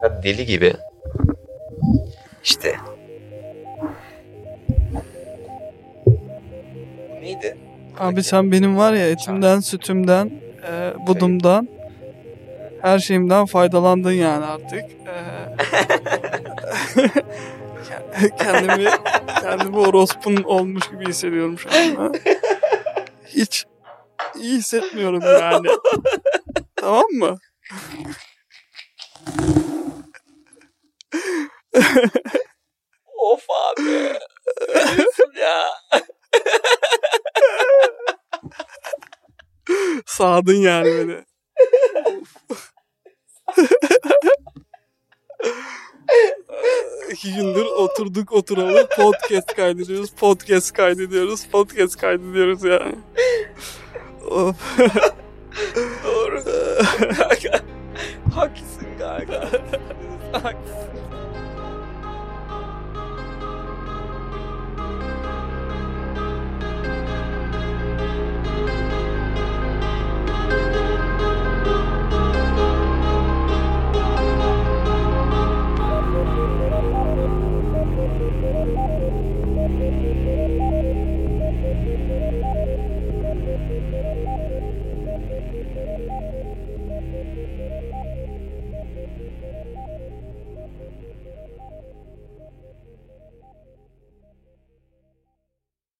Deli gibi. İşte. Bu neydi? Abi sen benim var ya etimden, sütümden, budumdan, her şeyimden faydalandın yani artık. Kendimi orospun olmuş gibi hissediyorum şu anda. Hiç iyi hissetmiyorum yani. Tamam mı? Of abi. Ölüyorsun ya. Sağdın yani beni. 2 gündür oturduk oturalı podcast kaydediyoruz yani. Of. Doğru. Haklısın kanka. Haklısın.